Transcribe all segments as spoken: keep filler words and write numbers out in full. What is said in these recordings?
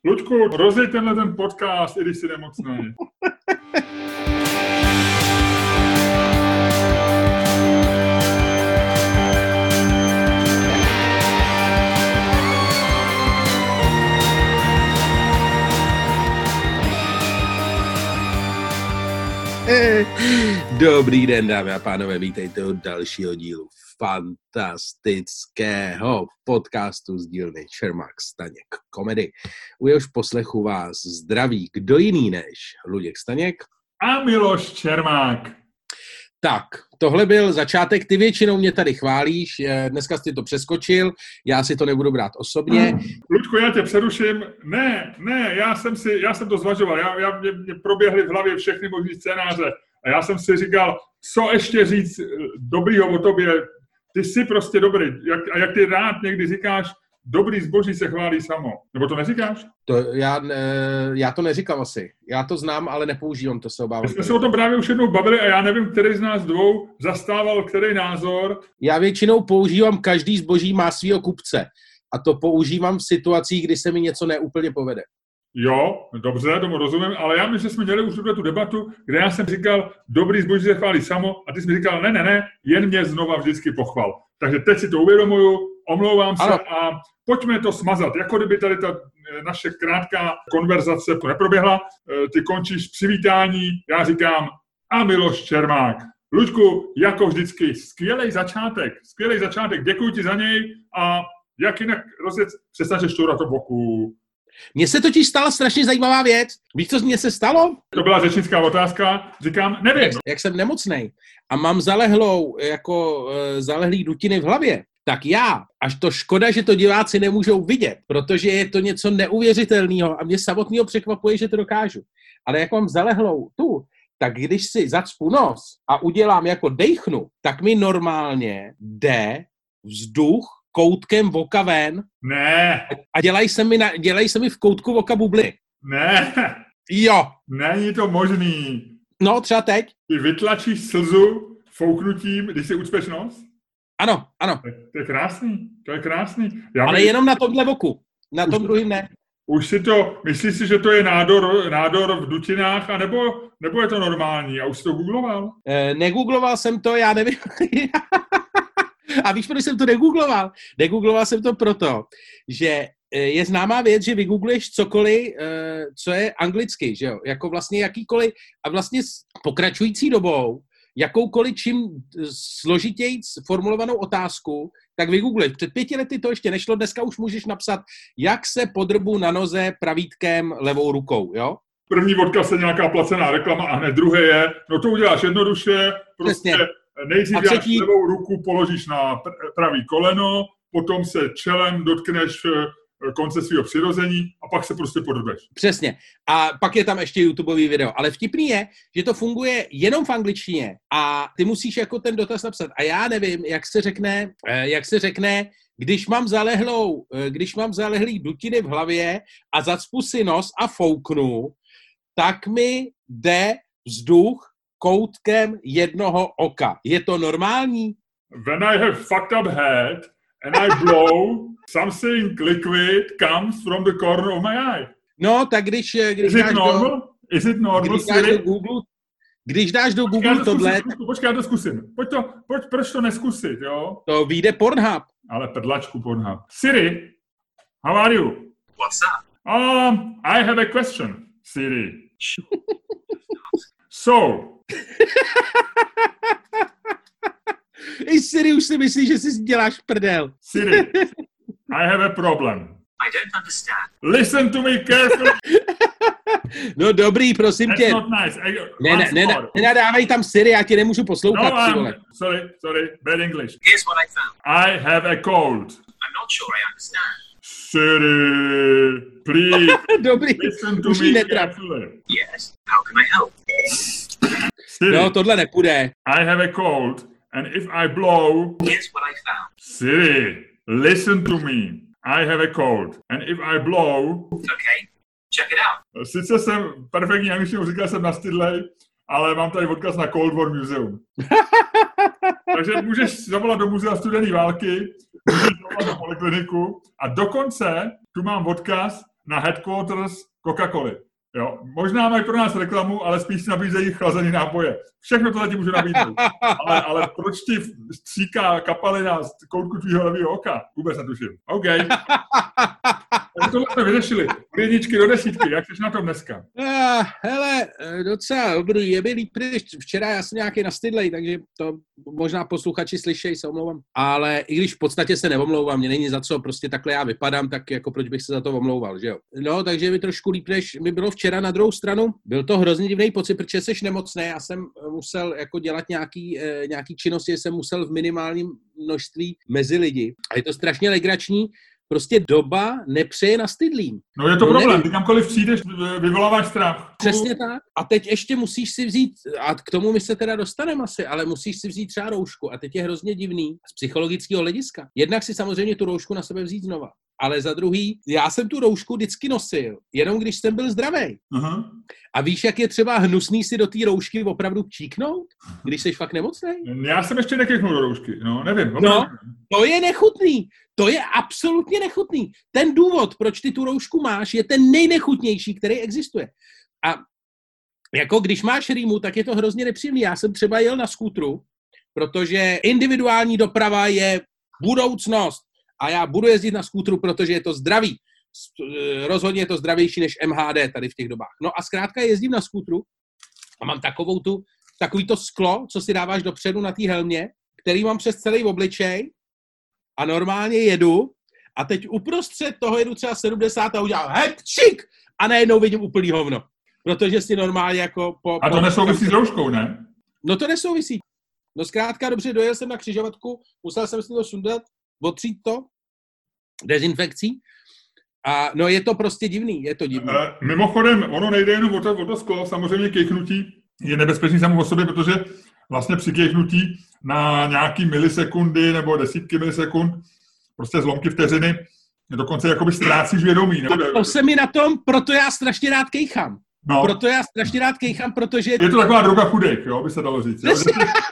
Luďku, rozjeď tenhle ten podcast, i když jsi nemocný. Dobrý den, dámy a pánové, vítejte u dalšího dílu fantastického podcastu z dílny Čermák Staněk Komedy. U jehož poslechu vás zdraví kdo jiný než Luděk Staněk a Miloš Čermák. Tak, tohle byl začátek, ty většinou mě tady chválíš, dneska jsi to přeskočil, já si to nebudu brát osobně. Luďku, já tě přeruším, ne, ne, já jsem si, já jsem to zvažoval, já, já mě, mě proběhly v hlavě všechny možný scénáře a já jsem si říkal, co ještě říct dobrýho o tobě, ty jsi prostě dobrý, jak, a jak ty rád někdy říkáš, dobrý zboží se chválí samo, nebo to neříkáš? To já, já to neříkám asi, já to znám, ale nepoužívám, to se obávám. My jsme se o tom právě už jednou bavili a já nevím, který z nás dvou zastával který názor. Já většinou používám, každý zboží má svýho kupce a to používám v situacích, kdy se mi něco neúplně povede. Jo, dobře, tomu rozumím, ale já myslím, že jsme měli už tu debatu, kde já jsem říkal, dobrý zboží se chválí samo a ty jsi mi říkal, ne, ne, ne, jen mě znova vždycky pochval. Takže teď si to uvědomuju, omlouvám se ano. A pojďme to smazat. Jako kdyby tady ta naše krátká konverzace neproběhla, ty končíš přivítání, já říkám a Miloš Čermák. Luďku, jako vždycky, skvělej začátek, skvělej začátek, děkuji ti za něj a jak jinak rozjet, přestaňte šťourat o boku. Mně se totiž stala strašně zajímavá věc. Víš, co mně se stalo? To byla řečnická otázka. Říkám, nevím. Jak, jak jsem nemocnej a mám zalehlou, jako e, zalehlý dutiny v hlavě, tak já, až to škoda, že to diváci nemůžou vidět, protože je to něco neuvěřitelného a mě samotného překvapuje, že to dokážu. Ale jak mám zalehlou tu, tak když si zacpu nos a udělám jako dejchnu, tak mi normálně jde vzduch koutkem voka ven. Ne. A dělají se mi, na, dělají se mi v koutku voka bubliny. Ne. Jo. Není to možný. No, třeba teď. Ty vytlačíš slzu fouknutím, když si ucpeš nos? Ano, ano. To, to je krásný, to je krásný. Já Ale my... jenom na tomhle voku. Na tom už, druhým ne. Už si to, myslíš si, že to je nádor, nádor v dutinách, anebo, nebo je to normální? A už jsi to googloval? E, negoogloval jsem to, já nevím. A víš, proč jsem to negoogloval? Negoogloval jsem to proto, že je známá věc, že vygoogluješ cokoliv, co je anglicky, že jo? Jako vlastně jakýkoliv, a vlastně s pokračující dobou, jakoukoliv čím složitěji formulovanou otázku, tak vygoogluješ. Před pěti lety to ještě nešlo, dneska už můžeš napsat, jak se podrbu na noze pravítkem levou rukou, jo? První odkaz je nějaká placená reklama a hned druhé je, no to uděláš jednoduše, prostě Přesně. Nejdřív třetí... dáš levou ruku, položíš na pravý koleno, potom se čelem dotkneš konce svého přirození a pak se prostě podrbeš. Přesně. A pak je tam ještě YouTubeový video. Ale vtipný je, že to funguje jenom v angličtině a ty musíš jako ten dotaz napsat. A já nevím, jak se řekne, jak se řekne, když mám zalehlou, když mám zalehlý dutiny v hlavě a zacpu si nos a fouknu, tak mi jde vzduch koutkem jednoho oka. Je to normální? When I have fucked up head and I blow, something liquid comes from the corner of my eye. No, tak když... když Is it normal? Do, Is it normal? Když dáš do Google, když dáš do Google počkej, tohle... Zkusím, počkej, já to zkusím. Pojď to, pojď, proč to neskusit, jo? To vyjde Pornhub. Ale prdlačku Pornhub. Siri, how are you? What's that? Um, I have a question, Siri. So... I Siri už si myslí, že si děláš prdel. Siri, I have a problem. I don't understand. Listen to me carefully. No dobrý, prosím That's tě. Not nice. I, ne, ne, ne, nenadávej tam Siri, já ti nemůžu poslouchat. No, um, sorry, sorry, bad English. Here's what I found. I have a cold. I'm not sure I understand. Siri, please. Dobrý, listen to už me netrap. carefully. Yes, how can I help? Siri, no, tohle nepůjde. I have a cold, and if I blow... Here's what I found. Siri, listen to me. I have a cold, and if I blow... Okay, check it out. Sice jsem perfektní angličtinu, říkal jsem na stydlej, ale mám tady odkaz na Cold War Museum. Takže můžeš zavolat do muzea studené války, můžeš zavolat do polikliniku a dokonce tu mám odkaz na headquarters Coca-Coly. Jo, možná mají pro nás reklamu, ale spíš si nabízejí chlazený nápoje. Všechno to zatím můžu nabídnout. Ale, ale proč ti stříká kapalina z koutku tvýho levýho oka? Vůbec netuším. OK. Takže tohle jsme vyřešili. Od jedničky do desítky. Jak jsi na tom dneska? Uh, hele, docela dobrý. Je mi líp, než včera já jsem nějaký nastydlej, takže to možná posluchači slyšejí, se omlouvám. Ale i když v podstatě se neomlouvám, mě není za co, prostě takhle já vypadám, tak jako proč bych se za to omlouval, že jo? No, takže mi trošku líp, než mi bylo včera. Na druhou stranu. Byl to hrozně divný pocit, protože jsi nemocný. Já jsem musel jako dělat nějaký, eh, nějaký činnosti, jsem musel v minimálním množství mezi lidi. A je to strašně legrační. Prostě doba nepřeje nastydlým. No je to no, problém, ty kamkoliv přijdeš, vyvoláváš strach. Přesně tak. A teď ještě musíš si vzít, a k tomu my se teda dostaneme asi, ale musíš si vzít třeba roušku. A teď je hrozně divný z psychologického hlediska. Jednak si samozřejmě tu roušku na sebe vzít znova. Ale za druhý, já jsem tu roušku vždycky nosil, jenom když jsem byl zdravý. Uh-huh. A víš, jak je třeba hnusný si do té roušky opravdu číknout, když jsi fakt nemocný? Já jsem ještě nekechnul do roušky, no nevím. No, to je nechutný. To je absolutně nechutný. Ten důvod, proč ty tu roušku máš, je ten nejnechutnější, který existuje. A jako když máš rýmu, tak je to hrozně nepříjemný. Já jsem třeba jel na skútru, protože individuální doprava je budoucnost. A já budu jezdit na skútru, protože je to zdravý. Rozhodně je to zdravější než M H D tady v těch dobách. No a zkrátka jezdím na skútru a mám takovou tu, takový to sklo, co si dáváš dopředu na té helmě, který mám přes celý obličej a normálně jedu a teď uprostřed toho jedu třeba sedmdesát a udělám hepčik a najednou vidím úplný hovno. Protože si normálně jako... Po, a to po, nesouvisí s rouškou, ne? No to nesouvisí. No zkrátka dobře, dojel jsem na křižovatku, musel jsem si to sundat, otřít to, dezinfekcí. A no je to prostě divný, je to divný. E, mimochodem, ono nejde jenom o to, o to sklo, samozřejmě kejchnutí je nebezpečný samo o sobě, protože vlastně při kejchnutí na nějaký milisekundy nebo desítky milisekund, prostě zlomky vteřiny, dokonce jakoby ztrácíš vědomí. Nebo... To se mi na tom, proto já strašně rád kejchám. No. Proto já strašně rád kejchám, protože... Je to taková droga chudejch, jo, by se dalo říct. Jo?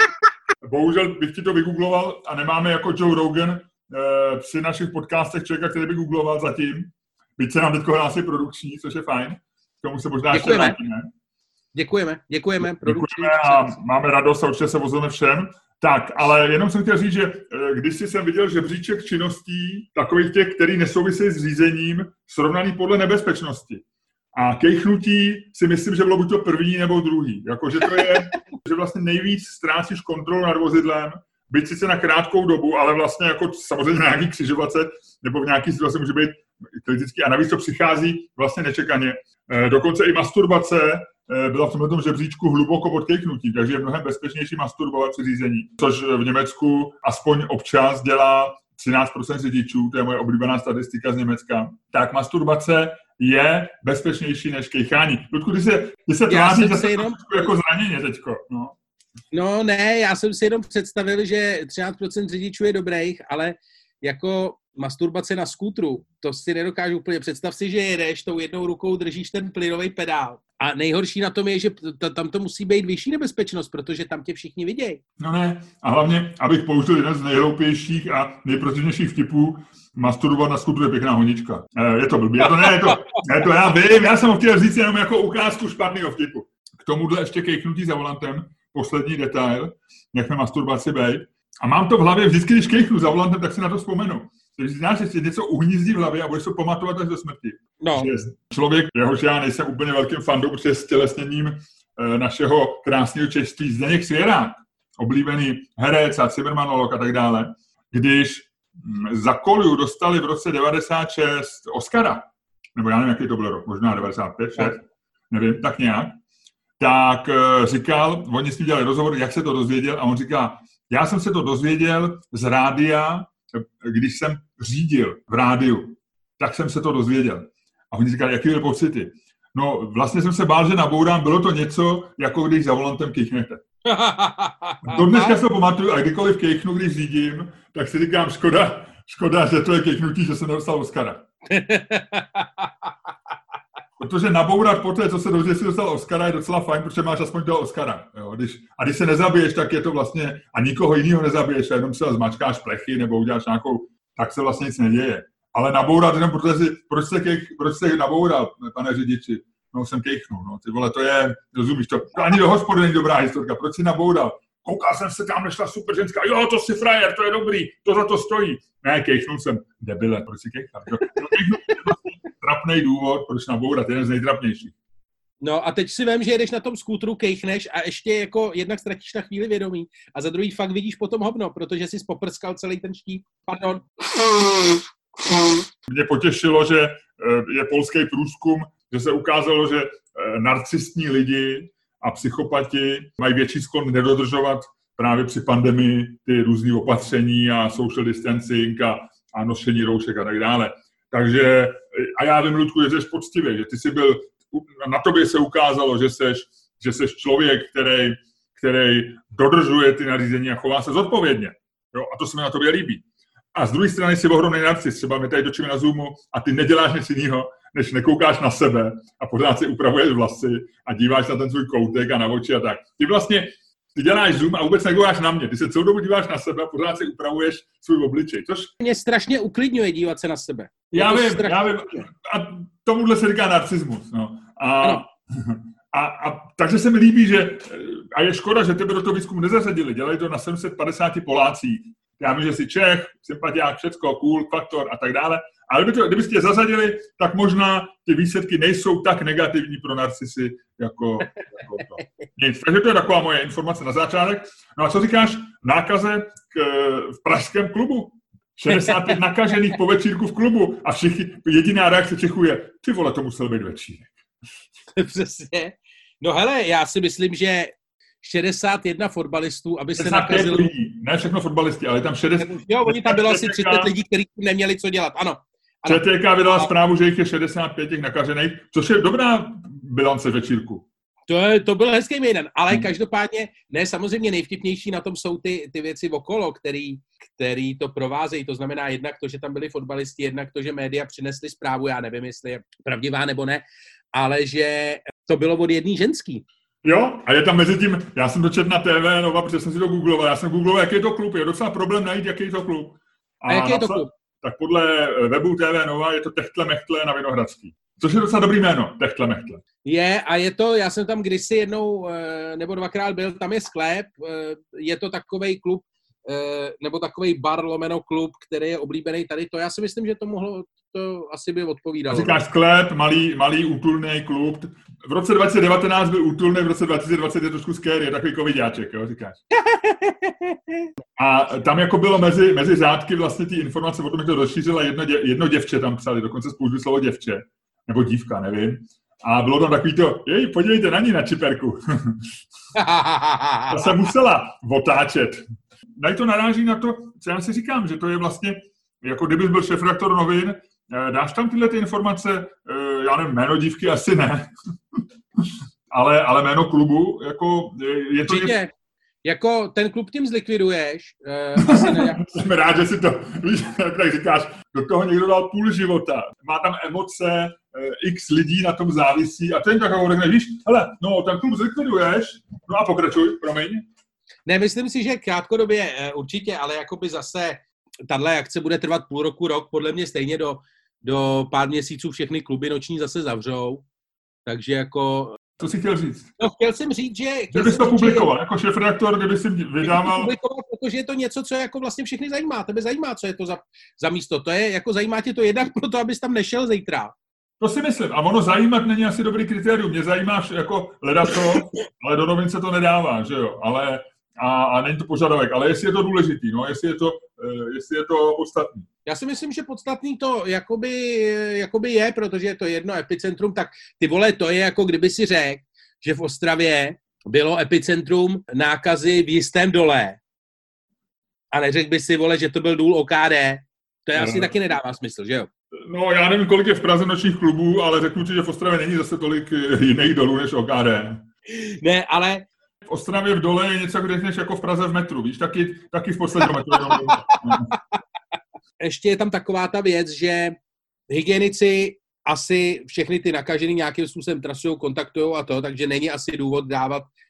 Bohužel bych ti to vygoogloval a nemáme jako Joe Rogan při našich podcastech člověka, který by googloval zatím. Byť se nám teďko hlásí produkční, což je fajn. K tomu se možná ještě vrátíme. Děkujeme, děkujeme. Děkujeme a máme radost a určitě se vozujeme všem. Tak, ale jenom jsem chtěl říct, že když jsem viděl žebříček činností, takových těch, který nesouvisí s řízením, srovnaný podle nebezpečnosti. A kejchnutí si myslím, že bylo buď to první nebo druhý. Jakože to je, že vlastně nejvíc ztrácíš kontrolu nad vozidlem, byť sice na krátkou dobu, ale vlastně jako samozřejmě na nějaký křižovatce nebo v nějaký situaci může být kritický a navíc to přichází vlastně nečekaně. E, dokonce i masturbace e, byla v tomhle žebříčku hluboko pod kejchnutím, takže je mnohem bezpečnější masturbovat při řízení, což v Německu aspoň občas dělá třináct procent řidičů, to je moje oblíbená statistika z Německa, tak masturbace je bezpečnější než kejchání. Ludku, ty se, ty se tváří zase jenom... jako zraněně teďko, no. No ne, já jsem si jenom představil, že třináct procent řidičů je dobrých, ale jako masturbace na skútru, to si nedokážu úplně. Představ si, že jedeš, tou jednou rukou držíš ten plynový pedál. A nejhorší na tom je, že t- tam to musí být vyšší nebezpečnost, protože tam tě všichni vidějí. No ne, a hlavně, abych použil jeden z nejhloupějších a nejprotivnějších vtipů, masturbovat na skútru je pěkná honička. E, je to blbý, to ne, je to, je to já vím, já jsem ho chtěl říct jenom jako ukázku špatného vtipu. K tomuhle ještě kejchnutí za volantem, poslední detail, nechme masturbaci bejt. A mám to v hlavě vždycky, když kejchnu za volantem, tak si na to vzpomenu. Takže znáš, že něco uhnízdí v hlavě a budeš to pamatovat až do smrti. No. Člověk, jehož já nejsem úplně velkým fandou, protože s tělesněním e, našeho krásného češství Zdeněk Svěrák, oblíbený herec a Cimrmanolog a tak dále, když m, za Kolju dostali v roce devadesát šest Oscara, nebo já nevím, jaký to byl rok, možná devadesát pět, šest, nevím, tak nějak, tak e, říkal, oni s ním dělali rozhovor, jak se to dozvěděl, a on říká, já jsem se to dozvěděl z rádia, když jsem řídil v rádiu, tak jsem se to dozvěděl. A oni říkali, jaký byly pocity? No, vlastně jsem se bál, že nabourám, bylo to něco, jako když za volantem kejchnete. Do dneska se to pamatuju, a kdykoliv kejchnu, když řídím, tak si říkám, škoda, škoda, že to je kejchnutí, že jsem nedostal Oscara. Protože nabourat po té, co se dozvěděl, si dostal Oscara, je docela fajn, protože máš aspoň toho Oscara. Jo? Když, a když se nezabiješ, tak je to vlastně, a nikoho jiného nezabiješ, a jenom se zmačkáš plechy nebo uděláš nějakou, tak se vlastně nic neděje. Ale nabourat jenom, protože proč jste, kejch, proč jste naboural, pane řidiči? No, jsem kejchnul, no, ty vole, to je, rozumíš to, to ani do hospody není dobrá historka, proč jsi naboural? Koukal jsem se, tam nešla super ženská, jo, to jsi frajer, to je dobrý, to za to stojí. Ne, kejchnul jsem, debile, proč si kejchal? To je trapnej důvod, proč nabourat, jeden z nejtrapnějších. No a teď si vem, že jedeš na tom skútru, kejchneš a ještě jako jednak ztratíš na chvíli vědomí a za druhý fakt vidíš potom hovno, protože jsi poprskal celý ten štít. Pardon. Mě potěšilo, že je polský průzkum, že se ukázalo, že narcistní lidi a psychopati mají větší sklon nedodržovat právě při pandemii ty různý opatření a social distancing a, a nošení roušek a tak dále. Takže, a já vím, Ludku, že jsi poctivý, že ty jsi byl, na tobě se ukázalo, že jsi, že jsi člověk, který, který dodržuje ty nařízení a chová se zodpovědně. Jo? A to se mi na tobě líbí. A z druhé strany jsi ohromný narcis, třeba my tady točíme na Zoomu a ty neděláš nic jiného, než nekoukáš na sebe a pořád si upravuješ vlasy a díváš na ten svůj koutek a na oči a tak. Ty vlastně, ty děláš Zoom a vůbec nekoukáš na mě, ty se celou dobu díváš na sebe a pořád si upravuješ svůj obličej, což... Mě strašně uklidňuje dívat se na sebe. Já vím, strašně... já vím. A tomuhle se říká narcismus, no. A, a, a takže se mi líbí, že, a je škoda, že tebe do toho výzkumu nezařadili, dělají to na sedm set padesát Polácích. Já vím, že jsi Čech, sympatiák, všecko, cool, faktor a tak dále. Ale kdyby to, kdybyste je zařadili, tak možná ty výsledky nejsou tak negativní pro narcisy jako, jako to. Nic. Takže to je taková moje informace na začátek. No a co říkáš nákaze k, v pražském klubu? šedesát pět nakažených po večírku v klubu a všichni, jediná reakce Čechů je, ty vole, to musel být večírek. Přesně. No hele, já si myslím, že šedesát jedna fotbalistů, aby se nakazilo... lidí. Ne všechno fotbalisti, ale tam šedesát... Jo, oni tam bylo asi třicet lidí, kteří neměli co dělat, ano. ano. ČTK vydala zprávu, že jich je šedesát pět těch nakažených, což je dobrá bilance večírku. To, je, to byl hezký mejdan, ale hmm. každopádně, ne, samozřejmě nejvtipnější na tom jsou ty, ty věci okolo, který, který to provázejí. To znamená jednak to, že tam byli fotbalisti, jednak to, že média přinesli zprávu, já nevím, jestli je pravdivá nebo ne, ale že to bylo od jedné ženský. Jo, a je tam mezi tím, já jsem to četl na T V Nova, protože jsem si to googloval, já jsem googloval, jaký je to klub, je docela problém najít, jaký je to klub. A, a jaký je to klub? Tak podle webu T V Nova je to Techtle Mechtle na Vinohradský. Což je docela dobrý jméno, Techtle Mechtle. Je a je to, já jsem tam kdysi jednou nebo dvakrát byl, tam je sklep, je to takovej klub, nebo takovej bar lomeno klub, který je oblíbený tady. To já si myslím, že to mohlo, to asi by odpovídalo. Říkáš sklep, malý, malý útulný klub. V roce dva tisíce devatenáct byl útulný, v roce dva tisíce dvacet je trošku scary, je takový covidáček, jo, říkáš. A tam jako bylo mezi, mezi řádky vlastně ty informace o tom, jak to rozšířila jedno, dě, jedno děvče tam psali, dokonce spoužili slovo děvče, nebo dívka, nevím. A bylo tam takový to, jej, podívejte na ní na čiperku. To se musela otáčet. Tady to naráží na to, co já si říkám, že to je vlastně, jako kdybys byl šéfredaktor novin, dáš tam tyhle ty informace, já nevím, jméno dívky asi ne, ale, ale jméno klubu, jako je to... Určitě, je... jako ten klub tím zlikviduješ. Uh, asi ne. Jsem rád, že si to, víš, jak tak říkáš, do toho někdo dal půl života, má tam emoce, x lidí na tom závisí a ten tak ho řekne, víš, hele, no, ten klub zlikviduješ, no a pokračuj, promiň. Ne, myslím si, že krátkodobě určitě, ale jakoby zase tahle akce bude trvat půl roku, rok, podle mě stejně do, do pár měsíců všechny kluby noční zase zavřou, takže jako... Co jsi chtěl říct? No, chtěl jsem říct, že... Kdybys to publikoval, že, jako šéfredaktor, kdyby si vydával... Publikoval, protože je to něco, co jako vlastně všechny zajímá, tebe zajímá, co je to za, za místo, to je, jako zajímá tě to jednak proto, abys tam nešel zítra. To si myslím. A ono zajímat není asi dobrý kritérium. Mě zajímáš jako hledat to, ale do novin se to nedává, že jo. Ale, a, a není to požadavek. Ale jestli je to důležitý, no, jestli je to, jestli je to podstatný. Já si myslím, že podstatný to jakoby, jakoby je, protože je to jedno epicentrum, tak ty vole, to je jako kdyby si řekl, že v Ostravě bylo epicentrum nákazy v Jistém Dole. A neřekl by si, vole, že to byl důl O K D. To je no. Asi taky nedává smysl, že jo? No, já nevím, kolik je v Praze nočních klubů, ale řeknu ti, že v Ostravě není zase tolik jiných dolů než O K D. Ne, ale... V Ostravě v Dole je něco, jako řekneš, jako v Praze v metru, víš? Taky, taky v posledním metru. Ještě je tam taková ta věc, že hygienici asi všechny ty nakažený nějakým způsobem trasují, kontaktují a to, takže není asi důvod dávat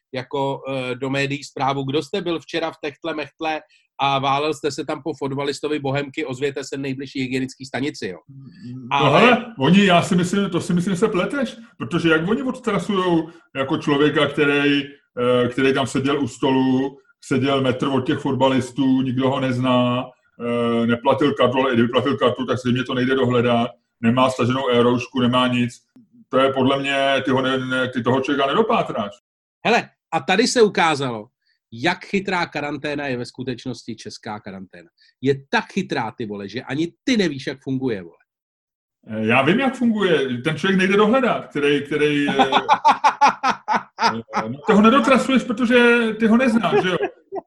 jako uh, do médií zprávu, kdo jste byl včera v techtle mechtle a válel jste se tam po fotbalistovi Bohemky, ozvěte se nejbližší hygienické stanici, jo. Ale... No hele, oni, já si myslím, to si myslím, že se pleteš, protože jak oni odtrasujou jako člověka, který, který tam seděl u stolu, seděl metr od těch fotbalistů, nikdo ho nezná, neplatil kartu, ale i kdyby platil kartu, tak se mě to nejde dohledat, nemá staženou e-roušku, nemá nic. To je podle mě, ty, ho ne, ne, ty toho člověka nedopátráš. Hele, a tady se ukázalo, jak chytrá karanténa je ve skutečnosti česká karanténa. Je tak chytrá, ty vole, že ani ty nevíš, jak funguje, vole. Já vím, jak funguje. Ten člověk nejde dohledat, který... který no, ty ho nedotrasuješ, protože ty ho neznáš, že jo?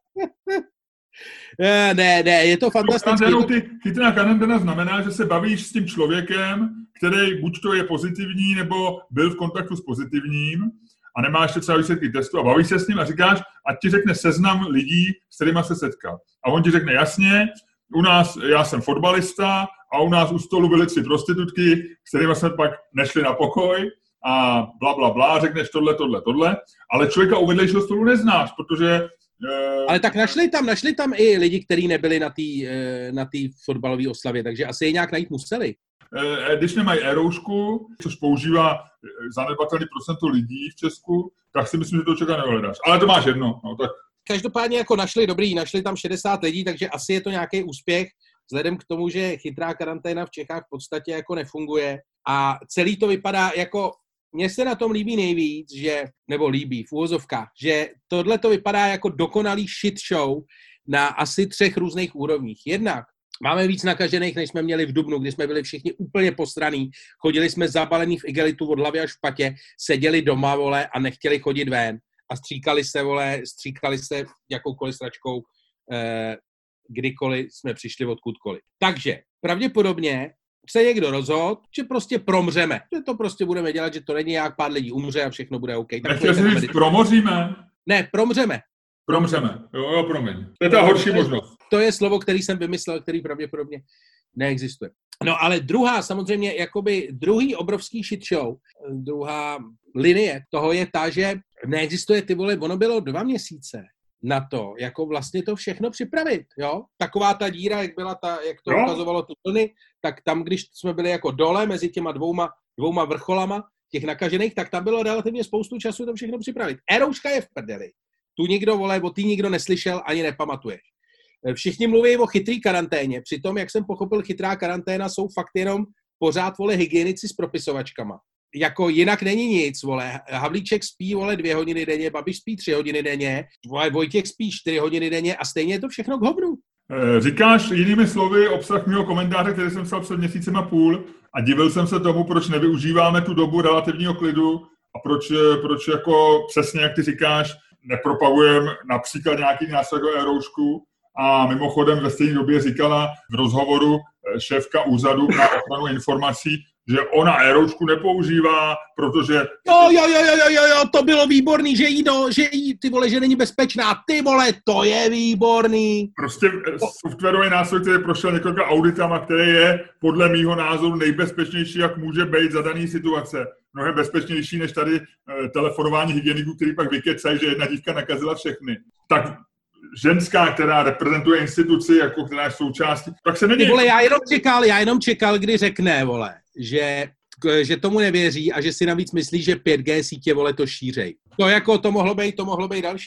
Ne, ne, je to fantastické. Ty chytrá karanténa znamená, že se bavíš s tím člověkem, který buď to je pozitivní, nebo byl v kontaktu s pozitivním a nemá ještě třeba výsledky testu a bavíš se s ním a říkáš, ať ti řekne seznam lidí, s kterýma se setkal. A on ti řekne jasně, u nás, já jsem fotbalista a u nás u stolu byly tři prostitutky, s kterýma jsme pak nešli na pokoj a bla, bla, bla, řekneš tohle, tohle, tohle, ale člověka u vedlejšího stolu neznáš, protože... Uh... Ale tak našli tam, našli tam i lidi, kteří nebyli na té na té fotbalové oslavě, takže asi je nějak najít museli. Když nemají e-roušku, což používá zanedbatelný procento lidí v Česku, tak si myslím, že to člověka neohledáš. Ale to máš jedno. No, tak. Každopádně jako našli dobrý, našli tam šedesát lidí, takže asi je to nějaký úspěch, vzhledem k tomu, že chytrá karanténa v Čechách v podstatě jako nefunguje. A celý to vypadá jako, mně se na tom líbí nejvíc, že, nebo líbí v úvozovkách, že tohle to vypadá jako dokonalý shit show na asi třech různých úrovních. Jednak máme víc nakažených, než jsme měli v dubnu, kdy jsme byli všichni úplně posraný. Chodili jsme zabalený v igelitu od hlavy až v patě, seděli doma, vole, a nechtěli chodit ven. A stříkali se, vole, stříkali se jakoukoliv sračkou, eh, kdykoliv jsme přišli odkudkoliv. Takže pravděpodobně se někdo rozhodl, že prostě promřeme. Že to prostě budeme dělat, že to není jak pár lidí umře a všechno bude OK. Nechtěl jsi říct promoříme? Ne, promřeme. Promřeme. Jo, jo, promiň. To je ta horší možnost. To je slovo, který jsem vymyslel, který pravděpodobně neexistuje. No ale druhá, samozřejmě, jakoby druhý obrovský shit show, druhá linie toho je ta, že neexistuje, ty vole, ono bylo dva měsíce na to, jako vlastně to všechno připravit, jo? Taková ta díra, jak byla ta, jak to jo. ukazovalo ty vlny, tak tam, když jsme byli jako dole mezi těma dvouma, dvouma vrcholama těch nakažených, tak tam bylo relativně spoustu času to všechno připravit. E-rouška je v prdeli. Tu nikdo, vole, o tý nikdo neslyšel, ani nepamatuješ. Všichni mluví o chytrý karanténě, přitom, jak jsem pochopil, chytrá karanténa jsou fakt jenom pořád, vole, hygienici s propisovačkama. Jako jinak není nic, vole. Havlíček spí, vole, dvě hodiny denně, Babiš spí tři hodiny denně, vole, Vojtěch spí čtyři hodiny denně a stejně je to všechno k hovnu. Říkáš jinými slovy obsah mého komentáře, který jsem psal před měsícem a půl a divil jsem se tomu, proč nevyužíváme tu dobu relativního klidu a proč, proč jako přesně, jak ty říkáš, nepropagujeme například nějaký nástroj jako e-roušku. A mimochodem ve stejné době říkala v rozhovoru šéfka úřadu na ochranu informací, že ona e-roušku nepoužívá, protože... Jo, jo, jo, jo, jo, jo, to bylo výborný, že jí, do, že jí, ty vole, že není bezpečná. Ty vole, to je výborný. Prostě softwarový nástroj, který prošel několika auditama, který je podle mýho názoru nejbezpečnější, jak může být za daný situace. Mnohem bezpečnější než tady telefonování hygieniků, který pak vykecají, že jedna dívka nakazila všechny. Tak ženská, která reprezentuje instituci, jako která je součástí, tak se není... Ty vole, já jenom čekal, já jenom čekal, kdy řekne, vole, že, že tomu nevěří a že si navíc myslí, že pět G sítě, vole, to šířej. To jako, to mohlo být, to mohlo být další.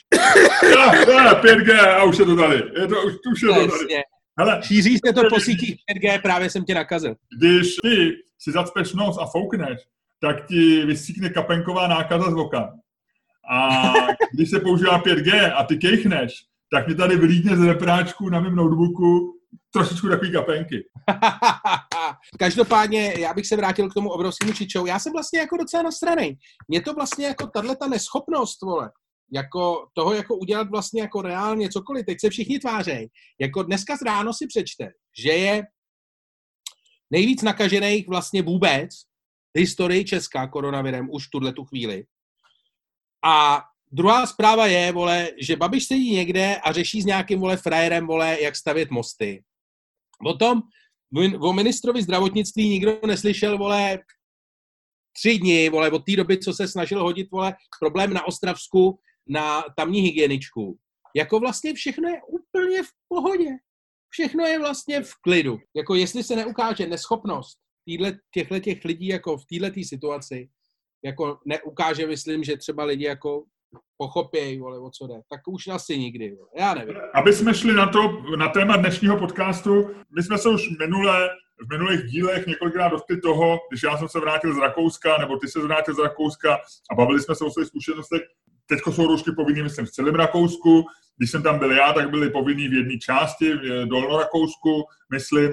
Ja, ja, pět G a už je to tady. Je to, už, už je to tady. Hele, šíří se to po sítích pět G, právě jsem tě nakazil. Když ty si zacpeš nos a foukneš, tak ti vystříkne kapenková nákaza z oka. A když se používá pět G a ty kejchneš, tak mi tady vylítne z repráčku na mém notebooku trošičku takový kapenky. Každopádně, já bych se vrátil k tomu obrovskému čičou. Já jsem vlastně jako docela nasranej. Mně to vlastně jako tato neschopnost, vole, jako toho jako udělat vlastně jako reálně cokoliv. Teď se všichni tvářejí. Jako dneska z ráno si přečte, že je nejvíc nakažených vlastně vůbec v historii Česka koronavirem už v tuhletu chvíli. A druhá zpráva je, vole, že Babiš sedí někde a řeší s nějakým, vole, frajerem, vole, jak stavět mosty. O tom, o ministrovi zdravotnictví nikdo neslyšel, vole, tři dny, vole, od té doby, co se snažil hodit, vole, problém na Ostravsku na tamní hygieničku. Jako vlastně všechno je úplně v pohodě. Všechno je vlastně v klidu. Jako jestli se neukáže neschopnost těchto těch lidí jako v této situaci, jako neukáže, myslím, že třeba lidi jako pochopějí, vole, o co jde, tak už asi nikdy, vole. Já nevím. Aby jsme šli na to, na téma dnešního podcastu, my jsme se už minule, v minulých dílech několikrát dotkli toho, když já jsem se vrátil z Rakouska, nebo ty se vrátil z Rakouska a bavili jsme se o svých zkušenostech. Teďko jsou roušky povinný, myslím, v celém Rakousku. Když jsem tam byl já, tak byly povinný v jedné části, v Dolnorakousku, myslím.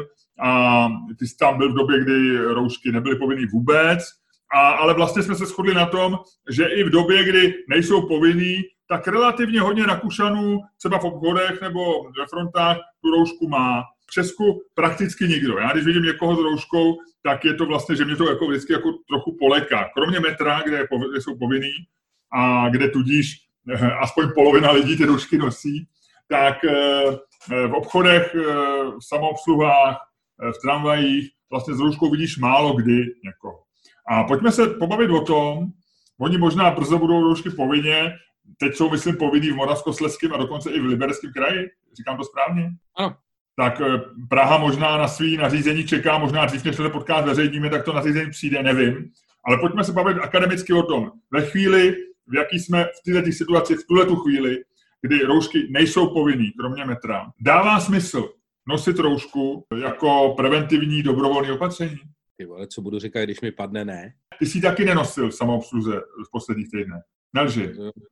A ty jsi tam byl v době, kdy roušky nebyly povinný vůbec. A, ale vlastně jsme se shodli na tom, že i v době, kdy nejsou povinný, tak relativně hodně Rakušanů, třeba v obchodech nebo ve frontách, tu roušku má. V Česku prakticky nikdo. Já když vidím někoho s rouškou, tak je to vlastně, že mě to jako vždycky jako trochu poleká. Kromě metra, kde, je, kde jsou povinný a kde tudíž eh, aspoň polovina lidí ty roušky nosí, tak eh, v obchodech, eh, v samoobsluhách, eh, v tramvajích vlastně s rouškou vidíš málo kdy někoho. A pojďme se pobavit o tom, oni možná brzo budou roušky povinně, teď jsou, myslím, povinný v Moravskoslezském a dokonce i v Libereckém kraji, říkám to správně? Ano. Tak Praha možná na svý nařízení čeká, možná dřív, než se podcast veřejníme, tak to nařízení přijde, nevím. Ale pojďme se bavit akademicky o tom. Ve chvíli, v jaký jsme v této situaci, v tuhletu chvíli, kdy roušky nejsou povinný, kromě metra, dává smysl nosit roušku jako preventivní dobrovolné opatření? Ty vole, co budu říkat, když mi padne ne? Ty jsi taky nenosil v samoobsluze v posledních týdnech. Nelži.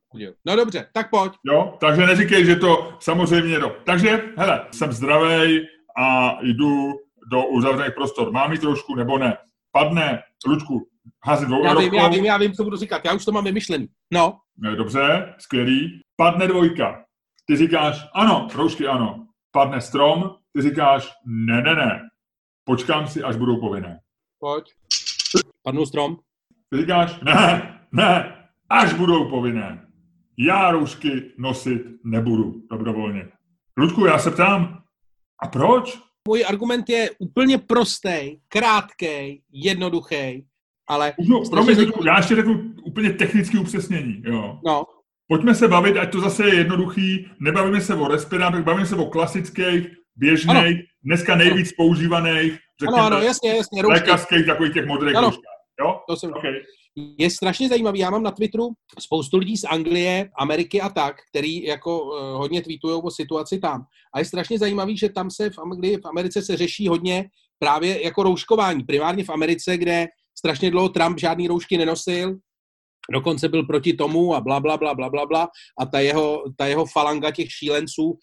No dobře, tak pojď. Jo, takže neříkej, že to samozřejmě do. Takže, hele, jsem zdravej a jdu do uzavřených prostor. Mám mít roušku nebo ne? Padne, Luďku, hází dvou já vím, já vím, já vím, co budu říkat. Já už to mám vymyšlený. No. Dobře, skvělý. Padne dvojka. Ty říkáš, ano, roušky ano. Padne strom, ty říkáš, ne, ne, ne. Počkám si, až budou povinné. Pojď. Padnul strom. Ty říkáš, ne, ne, až budou povinné. Já roušky nosit nebudu dobrovolně. Ludku, já se ptám, a proč? Můj argument je úplně prostý, krátký, jednoduchý, ale... No, promiň, Ludku, já ještě řeknu úplně technické upřesnění. Jo. No. Pojďme se bavit, ať to zase je jednoduchý, nebavíme se o respirátorech, bavíme se o klasických, běžných, ano. Dneska nejvíc ano. používaných, řekněme, ano, ano, jasně, jasně, lékařských, takových těch modrých rouškách. Jo? To jsem... Okay. Je strašně zajímavý, já mám na Twitteru spoustu lidí z Anglie, Ameriky a tak, který jako uh, hodně tweetujou o situaci tam. A je strašně zajímavý, že tam se v Anglii, v Americe se řeší hodně právě jako rouškování. Primárně v Americe, kde strašně dlouho Trump žádný roušky nenosil, dokonce byl proti tomu a bla, bla, bla, bla, bla, bla. A ta jeho, ta jeho falanga těch šílenců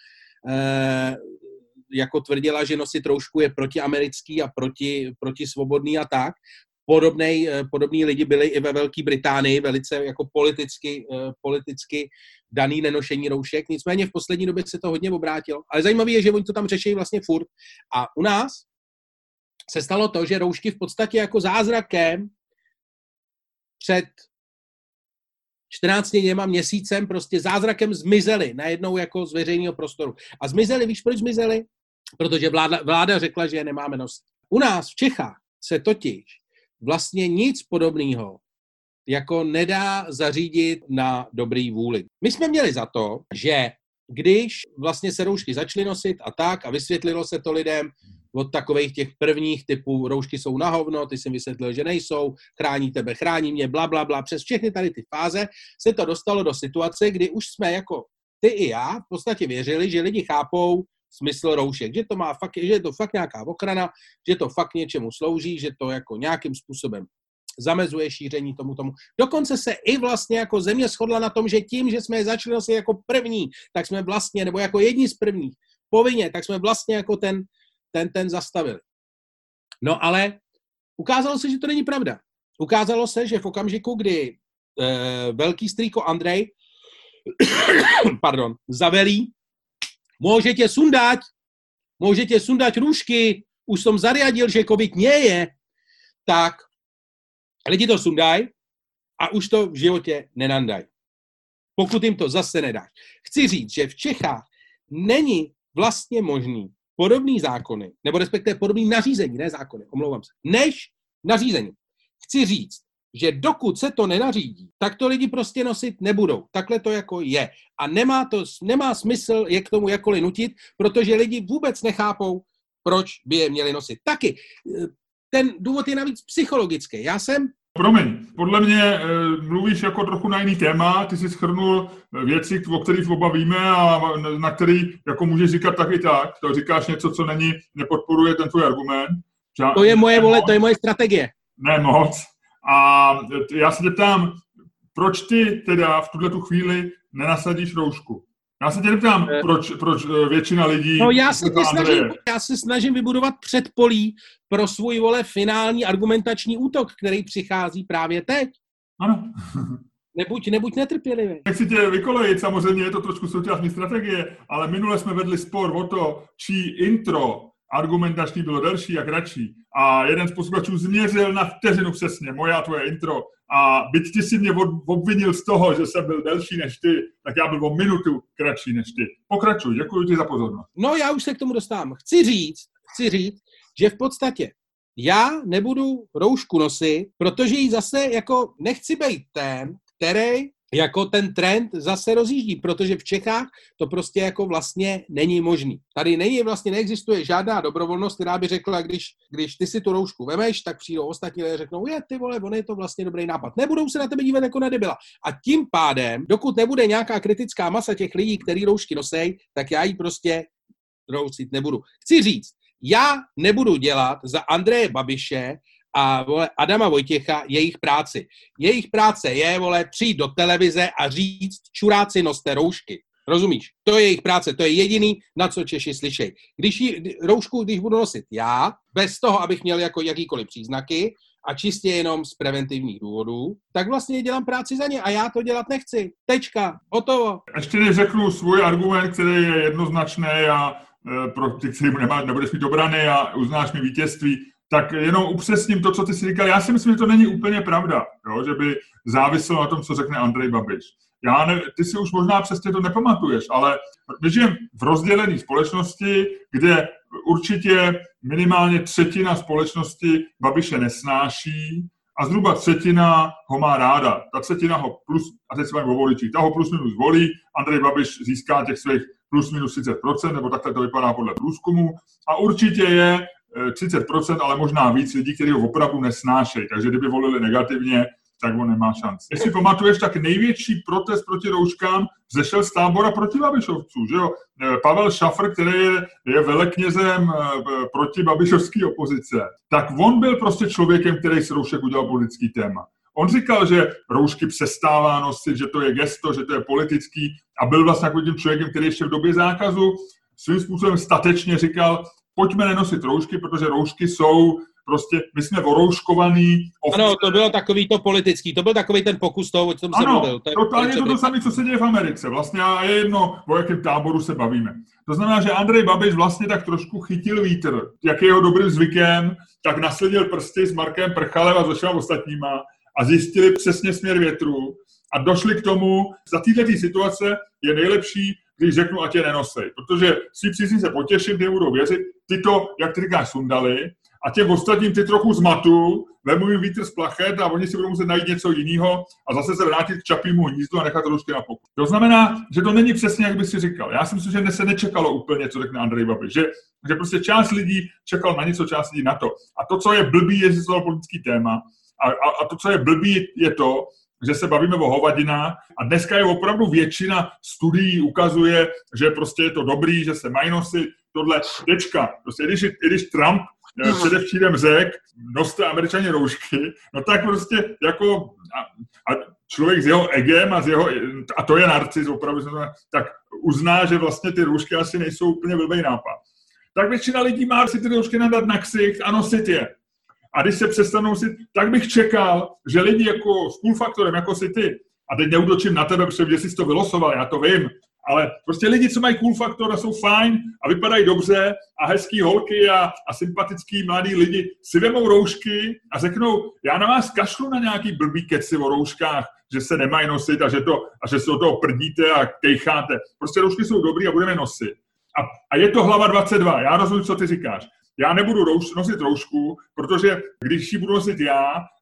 eh, jako tvrdila, že nosit roušku je protiamerický a proti, protisvobodný a tak. Podobnej, podobný lidi byli i ve Velké Británii, velice jako politicky, politicky daný nenošení roušek. Nicméně v poslední době se to hodně obrátilo. Ale zajímavé je, že oni to tam řeší vlastně furt. A u nás se stalo to, že roušky v podstatě jako zázrakem před čtrnácti dněma měsícem prostě zázrakem zmizely najednou jako z veřejného prostoru. A zmizely, víš proč zmizely? Protože vláda, vláda řekla, že je nemáme nosit. U nás v Čechách se totiž vlastně nic podobného jako nedá zařídit na dobrý vůli. My jsme měli za to, že když vlastně se roušky začaly nosit a tak a vysvětlilo se to lidem od takových těch prvních typů roušky jsou na hovno, ty si vysvětlil, že nejsou, chrání tebe, chrání mě, bla, bla, bla. Přes všechny tady ty fáze se to dostalo do situace, kdy už jsme jako ty i já v podstatě věřili, že lidi chápou smysl roušek, že to má fakt, že je to fakt nějaká ochrana, že to fakt něčemu slouží, že to jako nějakým způsobem zamezuje šíření tomu tomu. Dokonce se i vlastně jako země shodla na tom, že tím, že jsme je začali nosit jako první, tak jsme vlastně, nebo jako jedni z prvních, povinně, tak jsme vlastně jako ten, ten, ten zastavili. No ale ukázalo se, že to není pravda. Ukázalo se, že v okamžiku, kdy eh, velký strýko Andrej pardon, zavelí, můžete sundat, můžete sundat růžky, už jsem zariadil, že covid nie je, tak lidi to sundají a už to v životě nenandají. Pokud jim to zase nedáš. Chci říct, že v Čechách není vlastně možný podobný zákony, nebo respektive podobný nařízení, ne zákony, omlouvám se, než nařízení. Chci říct, že dokud se to nenařídí, tak to lidi prostě nosit nebudou. Takhle to jako je. A nemá, to, nemá smysl je k tomu jakkoliv nutit, protože lidi vůbec nechápou, proč by je měli nosit. Taky ten důvod je navíc psychologický. Já jsem Promiň, podle mě e, mluvíš jako trochu na jiný téma, ty jsi shrnul věci, o kterých oba víme a na který jako můžeš říkat tak i tak. To říkáš něco, co není, nepodporuje ten tvůj argument. Ža- to je moje vole, to je moje strategie. Ne moc. A já se tě ptám, proč ty teda v tuhletu chvíli nenasadíš roušku? Já se tě neptám, proč, proč většina lidí... No já se, snažím, já se snažím vybudovat předpolí pro svůj, vole, finální argumentační útok, který přichází právě teď. Ano. Nebuď, nebuď netrpělivý. Nechci tě vykolejit, samozřejmě je to trošku součást mé strategie, ale minule jsme vedli spor o to, čí intro argumentační bylo delší a kratší. A jeden z posluchačů změřil na vteřinu přesně moje a tvoje intro. A byť ty si mě obvinil z toho, že jsem byl delší než ty, tak já byl o minutu kratší než ty. Pokračuj, děkuji ti za pozornost. No já už se k tomu dostávám. Chci říct, chci říct, že v podstatě já nebudu roušku nosit, protože ji zase jako nechci být ten, který jako ten trend zase rozjíždí, protože v Čechách to prostě jako vlastně není možný. Tady není vlastně, neexistuje žádná dobrovolnost, která by řekla, když, když ty si tu roušku vemeš, tak přijdou ostatní lidé a řeknou, je ty vole, on je to vlastně dobrý nápad. Nebudou se na tebe dívat jako na debila. A tím pádem, dokud nebude nějaká kritická masa těch lidí, který roušky nosej, tak já ji prostě rousit nebudu. Chci říct, já nebudu dělat za Andreje Babiše a vole, Adama Vojtěcha jejich práci. Jejich práce je, vole, přijít do televize a říct, čuráci, noste roušky. Rozumíš? To je jejich práce, to je jediný, na co Češi slyšej. Když ji, roušku, když budu nosit já, bez toho, abych měl jako jakýkoliv příznaky a čistě jenom z preventivních důvodů, tak vlastně dělám práci za ně a já to dělat nechci. Tečka, hotovo. Ještě než řeknu svůj argument, který je jednoznačný a e, pro ty, který nemá, nebudeš mít obrany a uznáš mi vítězství, tak jenom upřesním to, co ty jsi říkal. Já si myslím, že to není úplně pravda, jo? Že by záviselo na tom, co řekne Andrej Babiš. Já ne, ty si už možná přesně to nepamatuješ, ale my žijeme v rozdělené společnosti, kde určitě minimálně třetina společnosti Babiše nesnáší a zhruba třetina ho má ráda. Ta třetina ho plus, a teď se bavím o voličích, ta ho plus minus volí, Andrej Babiš získá těch svých plus minus třicet procent, nebo takhle to vypadá podle průzkumu, a určitě je třicet procent, ale možná víc lidí, kteří ho opravdu nesnášejí. Takže kdyby volili negativně, tak on nemá šanci. Jestli pamatuješ, tak největší protest proti rouškám vzešel z tábora proti Babišovců, že jo? Pavel Šafr, který je, je veleknězem proti babišovské opozice, tak on byl prostě člověkem, který z roušek udělal politický téma. On říkal, že roušky přestává nosit, že to je gesto, že to je politický, a byl vlastně takovým tím člověkem, který ještě v době zákazu svým způsobem statečně říkal, pojďme nenosit roušky, protože roušky jsou prostě, my jsme orouškovaný. Ano, to bylo takový to politický, to byl takový ten pokus toho, o čem jsem mluvil. Ano, totálně to to samé, co se děje v Americe. Vlastně a je jedno, o jakém táboru se bavíme. To znamená, že Andrej Babiš vlastně tak trošku chytil vítr. Jak je jeho dobrým zvykem, tak nasledil prsty s Markem Prchalem a s všema ostatníma a zjistili přesně směr větru a došli k tomu, za této situace je nejlepší, když řeknu, ať je nenosej. Protože si přísně se potěším, ty budou věřit, ty to, jak ty říkáš, sundali, a těm ostatním ty trochu zmatu, vemu jim vítr z plachet a oni si budou muset najít něco jiného a zase se vrátit k Čapímu hnízdu a nechat roušky na pokoji. To znamená, že to není přesně, jak by si říkal. Já si myslím, že se nečekalo úplně, co řekne Andrej Babiš. Že, že prostě část lidí čekal na něco, část lidí na to. A to, co je blbý, je, že to je politický téma. A, a, a to, co je blbý, je to, že se bavíme o hovadinách a dneska je opravdu většina studií ukazuje, že prostě je to dobrý, že se mají nosit tohle tečka. Prostě když, když Trump předevčírem řekl, noste Američani roušky, no tak prostě jako a, a člověk s jeho egem a, z jeho, a to je narcis, opravdu, tak uzná, že vlastně ty roušky asi nejsou úplně blbej nápad. Tak většina lidí má si ty roušky nadat na ksicht a nosit je. A když se přestanou nosit, tak bych čekal, že lidi jako s půlfaktorem, jako si ty, a teď neútočím na tebe, protože jsi to vylosoval, já to vím, ale prostě lidi, co mají cool faktor a jsou fajn a vypadají dobře a hezký holky a, a sympatický mladí lidi si vemou roušky a řeknou, já na vás kašlu na nějaký blbý keci o rouškách, že se nemají nosit a že, to, a že se o toho prdíte a kejcháte. Prostě roušky jsou dobrý a budeme nosit. A, a je to hlava dvacet dva, já rozumím, co ty říkáš. Já nebudu rouš, nosit roušku, protože když ji budu nosit já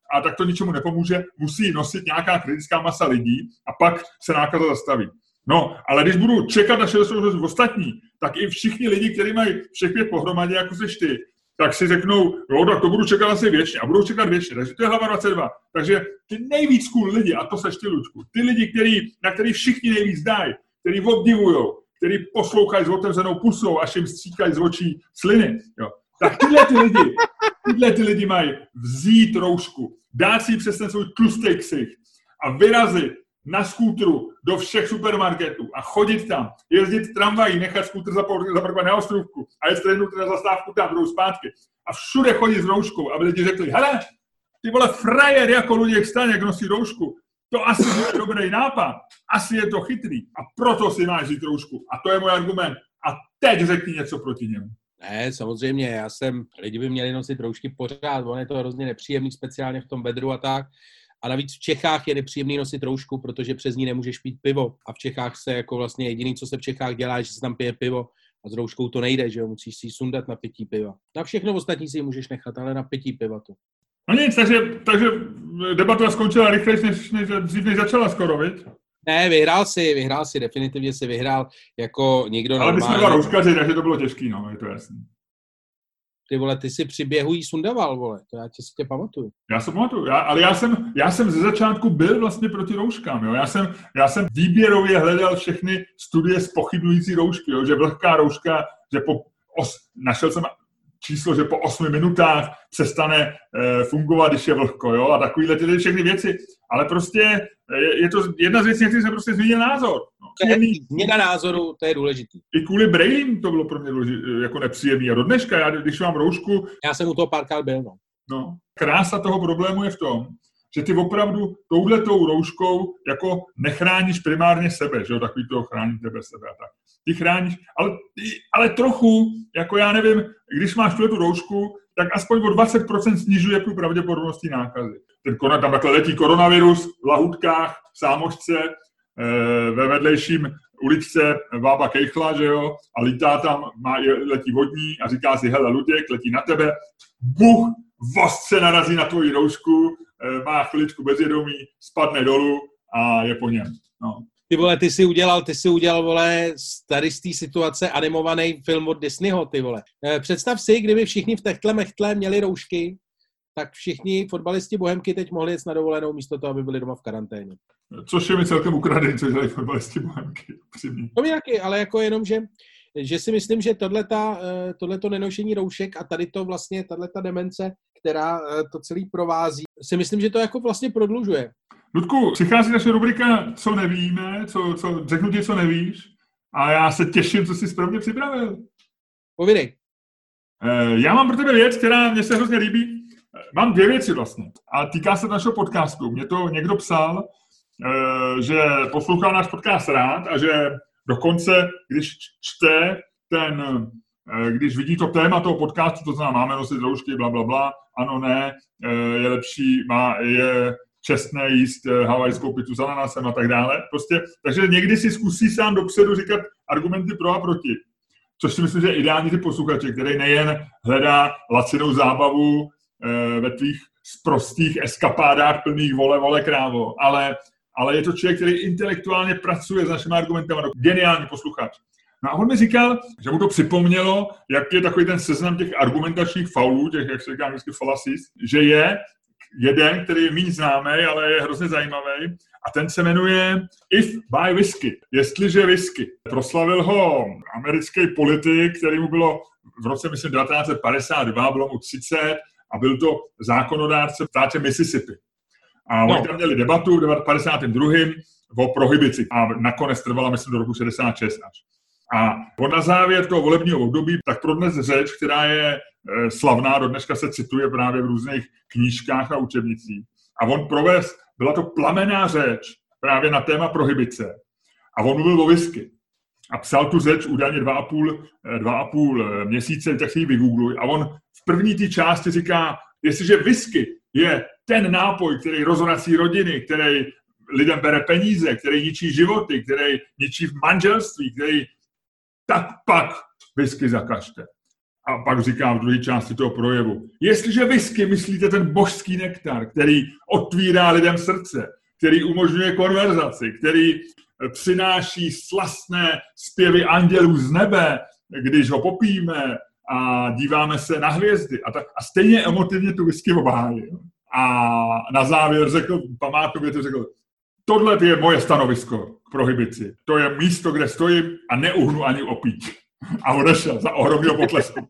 a tak to ničemu nepomůže, musí nosit nějaká kritická masa lidí a pak se nákaza zastaví. No, ale když budu čekat, až se dostanou ostatní, tak i všichni lidi, kteří mají všech pět pohromadě, jako seš ty, tak si řeknou, jo, tak to budu čekat asi věčně a budou čekat věčně. Takže to je hlava dvacet dva. Takže ty nejvíc cool lidi, a to seš ty, Luďku, ty lidi, který, na který všichni nejvíc dají, který obdivujou, který poslouchají s otevřenou pusou, až jim stříkají z očí sliny, jo. Tak tyhle ty lidi, tyhle ty lidi mají vzít roušku, dát si ji přes ten svůj tlustý ksicht a vyrazit na skútru do všech supermarketů a chodit tam, jezdit tramvají, nechat skútr zaparkovat na ostrůvku a jet trénu na zastávku tam, budou zpátky. A všude chodit s rouškou, aby lidi řekli, hele, ty vole frajer jako Luděk Staněk, jak nosí roušku, to asi je dobrý nápad, asi je to chytrý a proto si máš vzít roušku. A to je můj argument. A teď řekni něco proti němu. Ne, samozřejmě, já jsem, lidi by měli nosit roušky pořád, on je to hrozně nepříjemný, speciálně v tom vedru a tak. A navíc v Čechách je nepříjemný nosit roušku, protože přes ní nemůžeš pít pivo. A v Čechách se jako vlastně jediný, co se v Čechách dělá, že se tam pije pivo a s rouškou to nejde, že jo, musíš si ji sundat na pití piva. Na všechno ostatní si ji můžeš nechat, ale na pití piva to. No nic, takže, takže debata skončila rychleji, než, než, než, než začala skoro, viď? Ne, vyhrál si, vyhrál si, definitivně si vyhrál jako nikdo ale normální. Ale my jsme dva rouškaři, takže to bylo těžký, no, je to jasný. Ty vole, ty si při běhu jí sundaval, vole, to já tě si tě pamatuju. Já se pamatuju, já, ale já jsem, já jsem ze začátku byl vlastně proti rouškám, jo. Já jsem, já jsem výběrově hledal všechny studie zpochybňující roušky, jo, že vlhká rouška, že po, os, našel jsem číslo, že po osmi minutách přestane e, fungovat, když je vlhko, jo, a takovýhle ty všechny věci. Ale prostě je, je to jedna z věcí, na které jsem prostě změnil názor. No, změna názoru, to je důležitý. I kvůli brejlím to bylo pro mě důležitý, jako nepříjemný. A do dneška, já, když mám roušku... Já jsem u toho párkrát byl, no. No, krása toho problému je v tom, že ty opravdu touhletou rouškou jako nechráníš primárně sebe, že jo, takový to chrání tebe, sebe a tak. Ty chráníš, ale, ale trochu, jako já nevím, když máš tu roušku, tak aspoň o dvacet procent snižuje tu pravděpodobností nákazy. Ten korona, tam takhle letí koronavirus v lahůdkách, v Sámošce, ve vedlejším uličce Vába Kejchla, že jo, a lítá tam, má, letí vodní a říká si, hele, Luděk, letí na tebe, buch, voz se narazí na tvoji roušku, má chviličku bezvědomí, spadne dolů a je po něm. No. Ty vole, ty si udělal, ty si udělal, vole, tady z té situace animovaný film od Disneyho, ty vole. Představ si, kdyby všichni v techtle mechtle měli roušky, tak všichni fotbalisti Bohemky teď mohli jít na dovolenou místo toho, aby byli doma v karanténě. Což je mi celkem ukradený, co dělají fotbalisti Bohemky. To mi taky, ale jako jenom, že, že si myslím, že tohleto nenošení roušek a tady to vlastně, tato demence, která to celý provází, si myslím, že to jako vlastně prodlužuje. Ludku, přichází naše rubrika Co nevíme, co, co, řeknu ti, co nevíš, a já se těším, co jsi správně připravil. Povídej. Já mám pro tebe věc, která mě se hrozně líbí. Mám dvě věci vlastně a týká se našeho podcastu. Mě to někdo psal, že poslouchal náš podcast rád a že dokonce, když čte ten, když vidí to téma toho podcastu, to znamená, máme nosit roušky, bla, bla, bla, ano, ne, je lepší, má, je čestné jíst havajskou pizzu s ananasem a tak dále. Prostě, takže někdy si zkusí sám dopředu říkat argumenty pro a proti. Což si myslím, že je ideální ty posluchače, který nejen hledá lacinou zábavu e, ve tvých sprostých eskapádách plných vole, vole, krávo, ale, ale je to člověk, který intelektuálně pracuje s našimi argumentami. Geniální posluchač. No a on mi říkal, že mu to připomnělo, jak je takový ten seznam těch argumentačních faulů, těch, jak se říká vždycky fallacies, že je jeden, který je méně známý, ale je hrozně zajímavý, a ten se jmenuje If by Whisky, jestliže whisky. Proslavil ho americký politik, který mu bylo v roce, myslím, devatenáct set padesát dva, bylo mu třicet a byl to zákonodárce v státě Mississippi. A no. Oni tam měli debatu v padesátém druhém o prohibici a nakonec trvala, myslím, do roku šedesát šest až. A on na závěr toho volebního období tak prodnes řeč, která je e, slavná, do dneška se cituje právě v různých knížkách a učebnicích. A on provést, byla to plamenná řeč právě na téma prohibice. A on mluvil o whisky. A psal tu řeč údajně dva a půl, dva a půl měsíce, tak si ji vygoogluj. A on v první té části říká, jestliže whisky je ten nápoj, který rozvrací rodiny, který lidem bere peníze, který ničí životy, který ničí v manželství, který tak pak whisky zakažte. A pak říkám v druhé části toho projevu, jestliže whisky myslíte ten božský nektar, který otvírá lidem srdce, který umožňuje konverzaci, který přináší slastné zpěvy andělů z nebe, když ho popijeme a díváme se na hvězdy. A, tak, a stejně emotivně tu whisky obhájil. A na závěr řekl, památkově to řekl, tohle je moje stanovisko k prohibici. To je místo, kde stojím a neuhnu ani opít. A odešel za ohromného potlesku.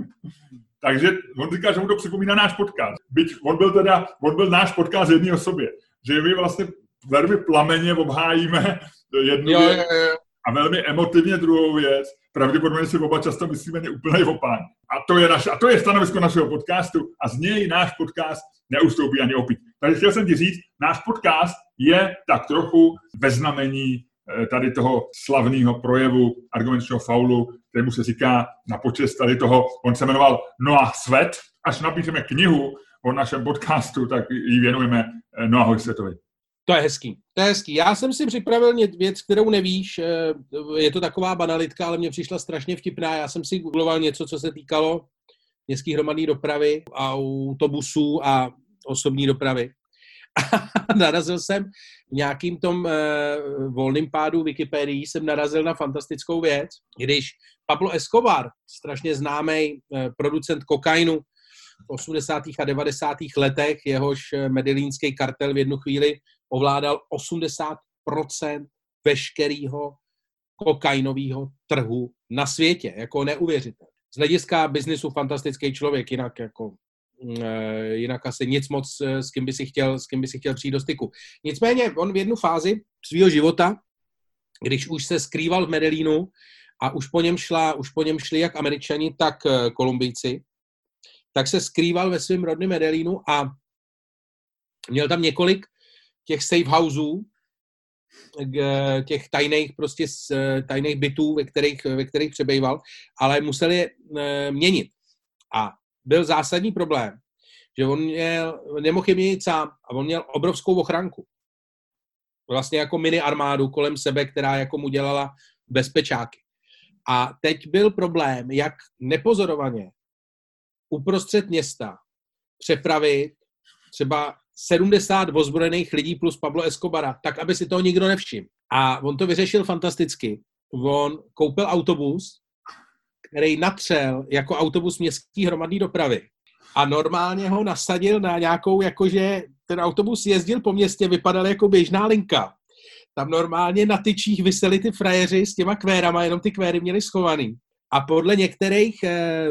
Takže on říká, že mu to připomíná náš podcast. Byť on byl teda, on byl náš podcast jedný osobě. Že my vlastně velmi plameně obhájíme jednu jo, věc jo, jo. a velmi emotivně druhou věc. Pravděpodobně si oba často myslíme úplně opaň. A to je naše, a to je stanovisko našeho podcastu a z něj náš podcast neustoupí ani opít. Takže chtěl jsem ti říct, náš podcast je tak trochu ve znamení tady toho slavného projevu argumentačního faulu, kterému se říká na počest tady toho, on se jmenoval Noah Svet. Až napíšeme knihu o našem podcastu, tak ji věnujeme Noahovi Svetovi. To je hezký. To je hezký. Já jsem si připravil věc, kterou nevíš. Je to taková banalitka, ale mně přišla strašně vtipná. Já jsem si googloval něco, co se týkalo městské hromadné dopravy, autobusů a osobní dopravy. A narazil jsem v nějakým tom eh, volným pádu Wikipedii, jsem narazil na fantastickou věc, když Pablo Escobar, strašně známý eh, producent kokainu v osmdesátých a devadesátých letech, jehož medellínský kartel v jednu chvíli ovládal osmdesát procent veškerého kokainového trhu na světě, jako neuvěřitelné. Z hlediska biznisu fantastický člověk, jinak jako jinak asi nic moc, s kým by si chtěl, s kým by si chtěl přijít do styku. Nicméně on v jednu fázi svého života, když už se skrýval v Medellínu a už po něm šla, už po něm šli jak Američani, tak Kolumbijci, tak se skrýval ve svém rodném Medellínu a měl tam několik těch safe houseů, těch tajných, prostě tajných bytů, ve kterých, ve kterých přebýval, ale museli je měnit. A byl zásadní problém, že on měl, nemohl je měnit sám a on měl obrovskou ochranku. Vlastně jako mini armádu kolem sebe, která jako mu dělala bezpečáky. A teď byl problém, jak nepozorovaně uprostřed města přepravit třeba sedmdesát ozbrojených lidí plus Pablo Escobara, tak, aby si toho nikdo nevšiml. A on to vyřešil fantasticky. On koupil autobus, který natřel jako autobus městské hromadné dopravy. A normálně ho nasadil na nějakou, jakože ten autobus jezdil po městě, vypadal jako běžná linka. Tam normálně na tyčích viseli ty frajeři s těma kvérama, jenom ty kvéry měli schovaný. A podle některých eh,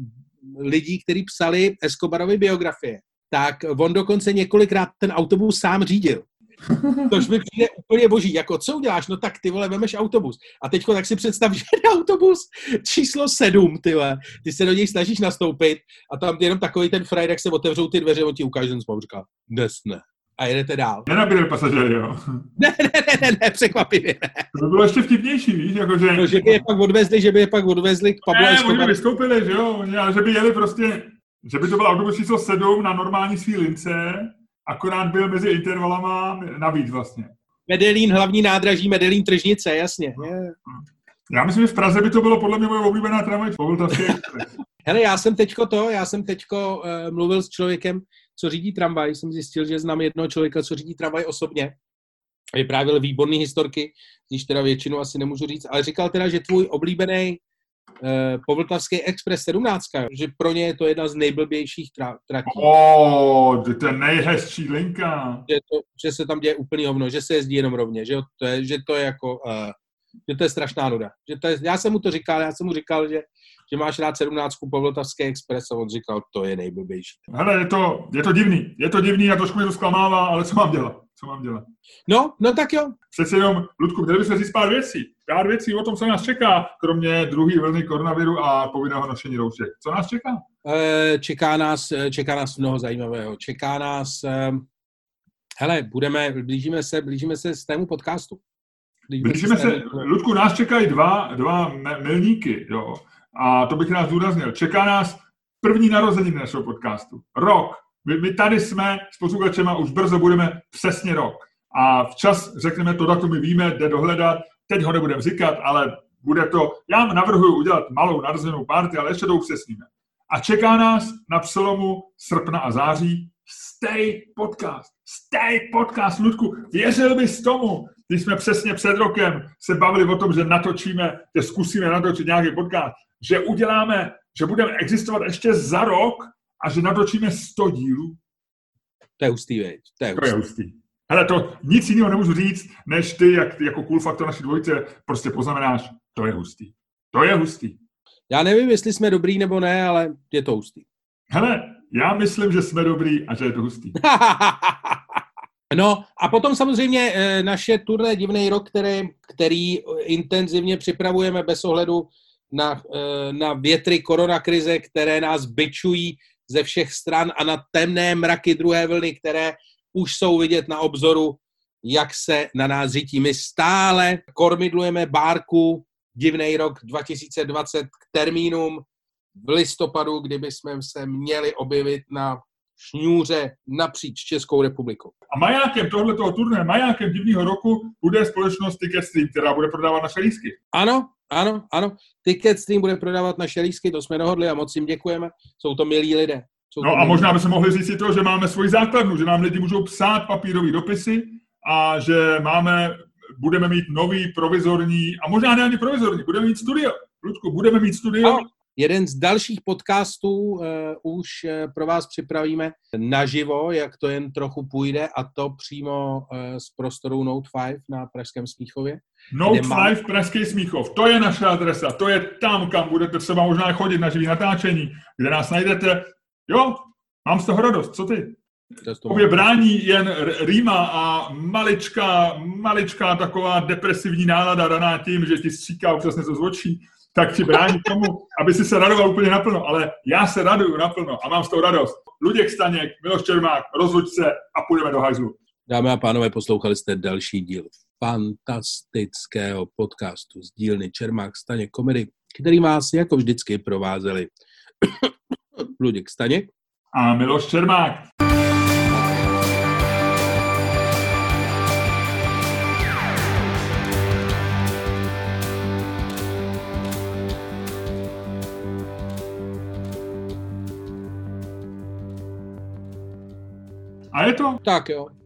lidí, kteří psali Escobarovy biografie, tak on dokonce několikrát ten autobus sám řídil. Tož mi přijde úplně boží. Jako, co uděláš? No tak, ty vole, vemeš autobus. A teďko tak si představ, že je autobus číslo sedm, ty vole. Ty se do něj snažíš nastoupit a tam jenom takový ten frajer, jak se otevřou ty dveře, on ti ukáže ten spolu, říká, dnes ne. A jedete dál. Nenabídli pasažéry, jo? Ne, ne, ne, ne, ne, překvapivě ne. To by bylo ještě vtipnější, víš, jakože... No, že by je pak odvezli, že by je pak odvezli k Pablo Escobar. Ne, oni by vystoupili, že jo, ale že by jeli prostě, že by to byl autobus číslo sedm na normální svý lince, akorát byl mezi intervalama navíc vlastně. Medellín, hlavní nádraží, Medellín tržnice, jasně. Yeah. Já myslím, že v Praze by to bylo podle mě moje oblíbená tramvaj po Vltavské expres. Hele, já jsem teďko to, já jsem teďko uh, mluvil s člověkem, co řídí tramvaj, jsem zjistil, že znám jednoho člověka, co řídí tramvaj osobně. Vyprávěl výborný historky, když teda většinu asi nemůžu říct, ale říkal teda, že tvůj oblíbený uh, Povltavský expres sedmnáct, že pro ně je to jedna z nejblbějších tra- tratí. O, to je nejhezčí linka. Že, to, že se tam děje úplný hovno, že se jezdí jenom rovně, že to je, že to je jako, uh, že to je strašná nuda. Že to je, já jsem mu to říkal, já jsem mu říkal, že, že máš rád sedmnáctku Povltavský expres a on říkal, to je nejblbější. Hele, je to, je to divný, je to divný a trošku mě to zklamává, ale co mám dělat? Co mám dělat? No, no tak jo. Přece jenom, Ludku, měli bychom říct pár věcí. Pár věcí o tom, co nás čeká, kromě druhé vlny koronaviru a povinného nošení roušek. Co nás čeká? Čeká nás, čeká nás mnoho zajímavého. Čeká nás, hele, budeme, blížíme se, blížíme se z tému podcastu. Blížíme, blížíme se, se Ludku, nás čekají dva, dva milníky, jo. A to bych nás zdůraznil. Čeká nás první narozeniny našeho podcastu. Rok. My, my tady jsme s posluchačema, už brzo budeme přesně rok. A včas řekneme, to datum my víme, jde dohledat. Teď ho nebudeme říkat, ale Bude to, já navrhuji udělat malou narozenou party, ale ještě to upřesníme. A čeká nás na přelomu srpna a září Stay Podcast. Stay Podcast, Ludku, věřil bys tomu, když jsme přesně před rokem se bavili o tom, že natočíme, že zkusíme natočit nějaký podcast, že uděláme, že budeme existovat ještě za rok a že natočíme sto dílů. To je hustý, veď. To je hustý. To je hustý. Hele, to nic jiného nemůžu říct, než ty, jak ty jako cool faktor naší dvojice, prostě poznamenáš, to je hustý. To je hustý. Já nevím, jestli jsme dobrý nebo ne, ale je to hustý. Hele, já myslím, že jsme dobrý a že je to hustý. No a potom samozřejmě naše turné Divnej rok, který, který intenzivně připravujeme bez ohledu na, na větry koronakrize, které nás bičují ze všech stran a na temné mraky druhé vlny, které už jsou vidět na obzoru, jak se na nás řítí. My stále kormidlujeme bárku Divnej rok dva tisíce dvacet k termínům v listopadu, kdyby jsme se měli objevit na šňůře napříč Českou republikou. A majákem tohletoho turné, majákem Divného roku bude společnost Ticketstream, která bude prodávat naše lístky. Ano, ano, ano. Ticketstream bude prodávat naše lístky, to jsme dohodli a moc jim děkujeme. Jsou to milí lidé. Jsou no a milí možná lidé. by se mohli říct si to, že máme svoji základnu, že nám lidi můžou psát papírové dopisy a že máme, budeme mít nový provizorní, a možná ne ani provizorní, budeme mít studio. Ludku, budeme mít studio. No. Jeden z dalších podcastů uh, už uh, pro vás připravíme naživo, jak to jen trochu půjde, a to přímo uh, z prostoru Note pět na Pražském Smíchově. Note má... pět Pražský Smíchov, to je naše adresa, to je tam, kam budete třeba možná chodit na živý natáčení, kde nás najdete. Jo, mám z toho radost, co ty? Obě brání jen rýma a maličká, maličká taková depresivní nálada daná tím, že ti stříká občas něco z očí, tak ti brání tomu, aby si se radoval úplně naplno, ale já se raduju naplno a mám z toho radost. Luděk Staněk, Miloš Čermák, rozhoď se a půjdeme do hajzlu. Dámy a pánové, poslouchali jste další díl fantastického podcastu z dílny Čermák Staněk Komedy, který vás jako vždycky provázeli Luděk Staněk a Miloš Čermák. A je to? Tak jo.